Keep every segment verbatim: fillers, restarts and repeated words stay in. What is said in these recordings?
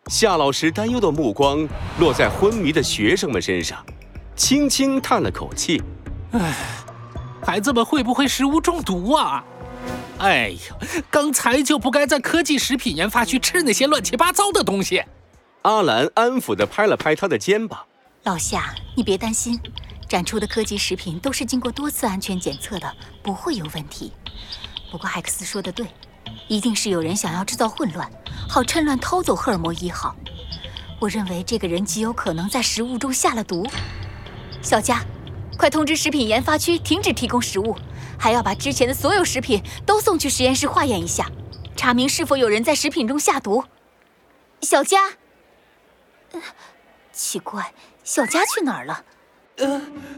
夏老师担忧的目光落在昏迷的学生们身上，轻轻叹了口气：“ 唉，孩子们会不会食物中毒啊？哎呀，刚才就不该在科技食品研发区吃那些乱七八糟的东西。” 阿兰安抚地拍了拍他的肩膀：“ 老夏，你别担心，展出的科技食品都是经过多次安全检测的，不会有问题。不过艾克斯说的对，一定是有人想要制造混乱，好趁乱偷走赫尔墨一号。我认为这个人极有可能在食物中下了毒。小佳，快通知食品研发区停止提供食物，还要把之前的所有食品都送去实验室化验一下，查明是否有人在食品中下毒。小佳，呃、奇怪，小佳去哪儿了？ 呃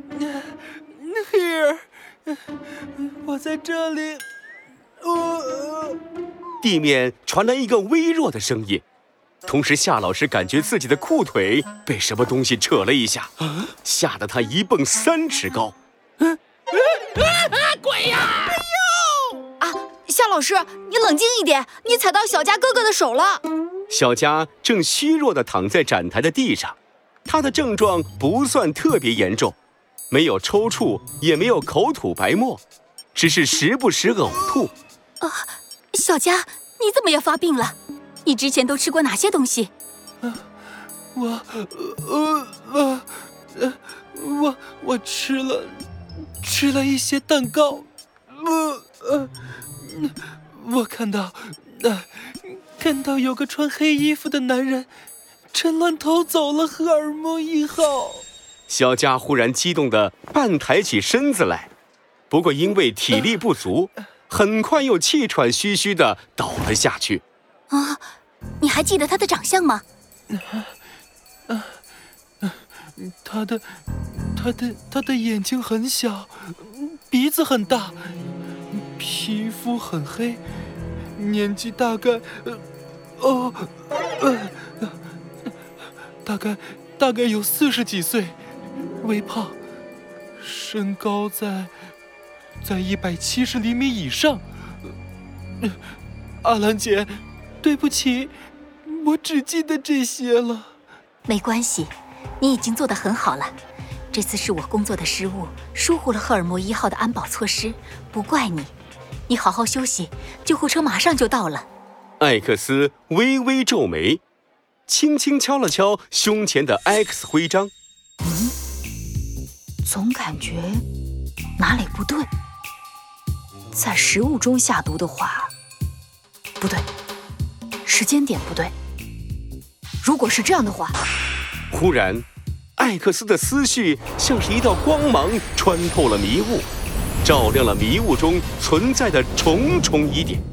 ，Here， 我在这里。呃， 地面传来一个微弱的声音，同时夏老师感觉自己的裤腿被什么东西扯了一下，吓得他一蹦三尺高。 啊啊！鬼呀！ 哎呦！啊，夏老师，你冷静一点，你踩到小佳哥哥的手了。 小佳正虚弱地躺在展台的地上，他的症状不算特别严重，没有抽搐，也没有口吐白沫，只是时不时呕吐。 啊，小佳，你怎么也发病了？你之前都吃过哪些东西？ 啊，我，呃呃呃，我我吃了吃了一些蛋糕，呃呃，我看到，呃，看到有个穿黑衣服的男人趁乱偷走了赫尔墨一号。 小佳忽然激动地半抬起身子来，不过因为体力不足，呃很快又气喘吁吁地倒了下去。 啊，你还记得他的长相吗？ 啊啊，他的他的他的眼睛很小，鼻子很大，皮肤很黑，年纪大概呃哦呃大概大概有四十几岁，微胖，身高在在一百七十厘米以上。呃、阿兰姐，对不起，我只记得这些了。 没关系，你已经做得很好了。这次是我工作的失误，疏忽了赫尔墨一号的安保措施，不怪你。你好好休息，救护车马上就到了。 艾克斯微微皱眉，轻轻敲了敲胸前的 X 徽章。 嗯，总感觉哪里不对。在食物中下毒的话，不对，时间点不对。如果是这样的话， 忽然，艾克斯的思绪像是一道光芒穿透了迷雾，照亮了迷雾中存在的重重疑点。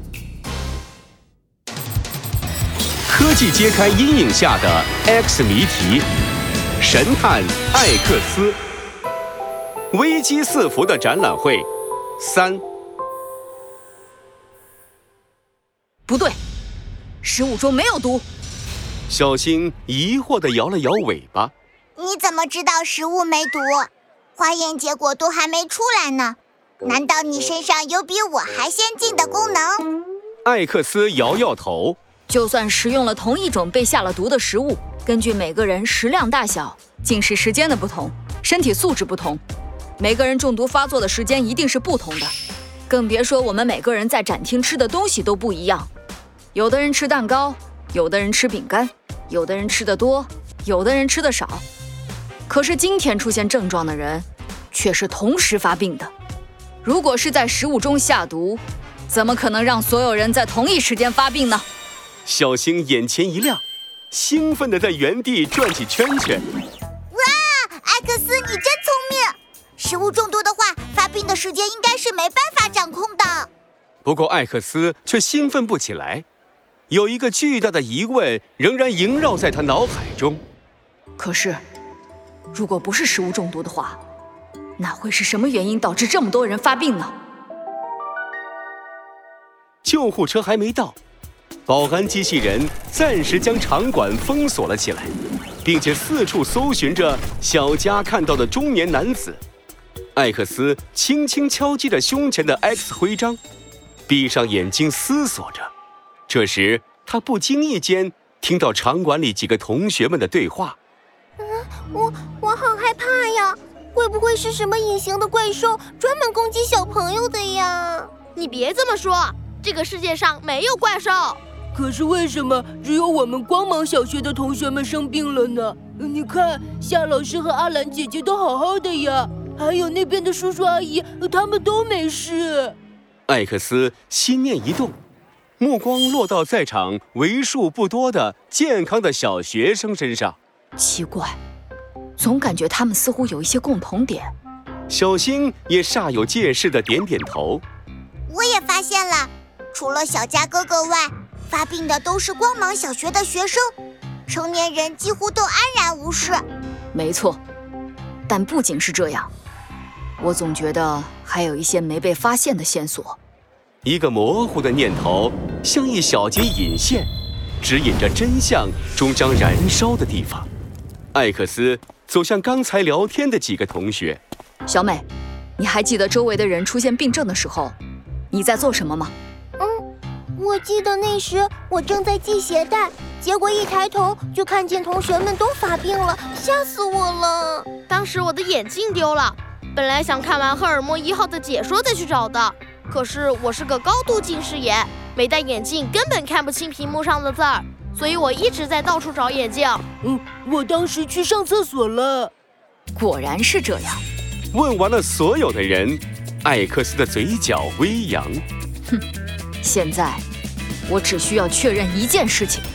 科技揭开阴影下的 X 谜题，神探艾克斯，危机四伏的展览会三。 不对，食物中没有毒。 小星疑惑地摇了摇尾巴。 你怎么知道食物没毒？化验结果都还没出来呢。难道你身上有比我还先进的功能？ 艾克斯摇摇头。 就算食用了同一种被下了毒的食物，根据每个人食量大小、进食时间的不同、身体素质不同，每个人中毒发作的时间一定是不同的。更别说我们每个人在展厅吃的东西都不一样，有的人吃蛋糕，有的人吃饼干，有的人吃得多，有的人吃得少。可是今天出现症状的人却是同时发病的。如果是在食物中下毒，怎么可能让所有人在同一时间发病呢？ 小星眼前一亮，兴奋地在原地转起圈圈。 哇，艾克斯，你真聪明！食物中毒的话，发病的时间应该是没办法掌控的。 不过艾克斯却兴奋不起来，有一个巨大的疑问仍然萦绕在他脑海中。 可是，如果不是食物中毒的话，那会是什么原因导致这么多人发病呢？ 救护车还没到，保安机器人暂时将场馆封锁了起来，并且四处搜寻着小佳看到的中年男子。艾克斯轻轻敲击着胸前的 X 徽章，闭上眼睛思索着。这时他不经意间听到场馆里几个同学们的对话。 嗯，我我好害怕呀！会不会是什么隐形的怪兽，专门攻击小朋友的呀？ 你别这么说，这个世界上没有怪兽。 可是为什么只有我们光芒小学的同学们生病了呢？你看，夏老师和阿兰姐姐都好好的呀，还有那边的叔叔阿姨，他们都没事。 艾克斯心念一动，目光落到在场为数不多的健康的小学生身上。 奇怪，总感觉他们似乎有一些共同点。 小星也煞有介事地点点头。 我也发现了，除了小佳哥哥外，发病的都是光芒小学的学生，成年人几乎都安然无事。 没错，但不仅是这样，我总觉得还有一些没被发现的线索。 一个模糊的念头像一小节引线，指引着真相终将燃烧的地方。艾克斯走向刚才聊天的几个同学。 小美，你还记得周围的人出现病症的时候，你在做什么吗？ 嗯，我记得那时我正在系鞋带，结果一抬头就看见同学们都发病了，吓死我了。 当时我的眼镜丢了，本来想看完赫尔墨一号的解说再去找的，可是我是个高度近视眼，没戴眼镜根本看不清屏幕上的字儿，所以我一直在到处找眼镜。 嗯，我当时去上厕所了。 果然是这样。 问完了所有的人，艾克斯的嘴角微扬。 哼，现在我只需要确认一件事情。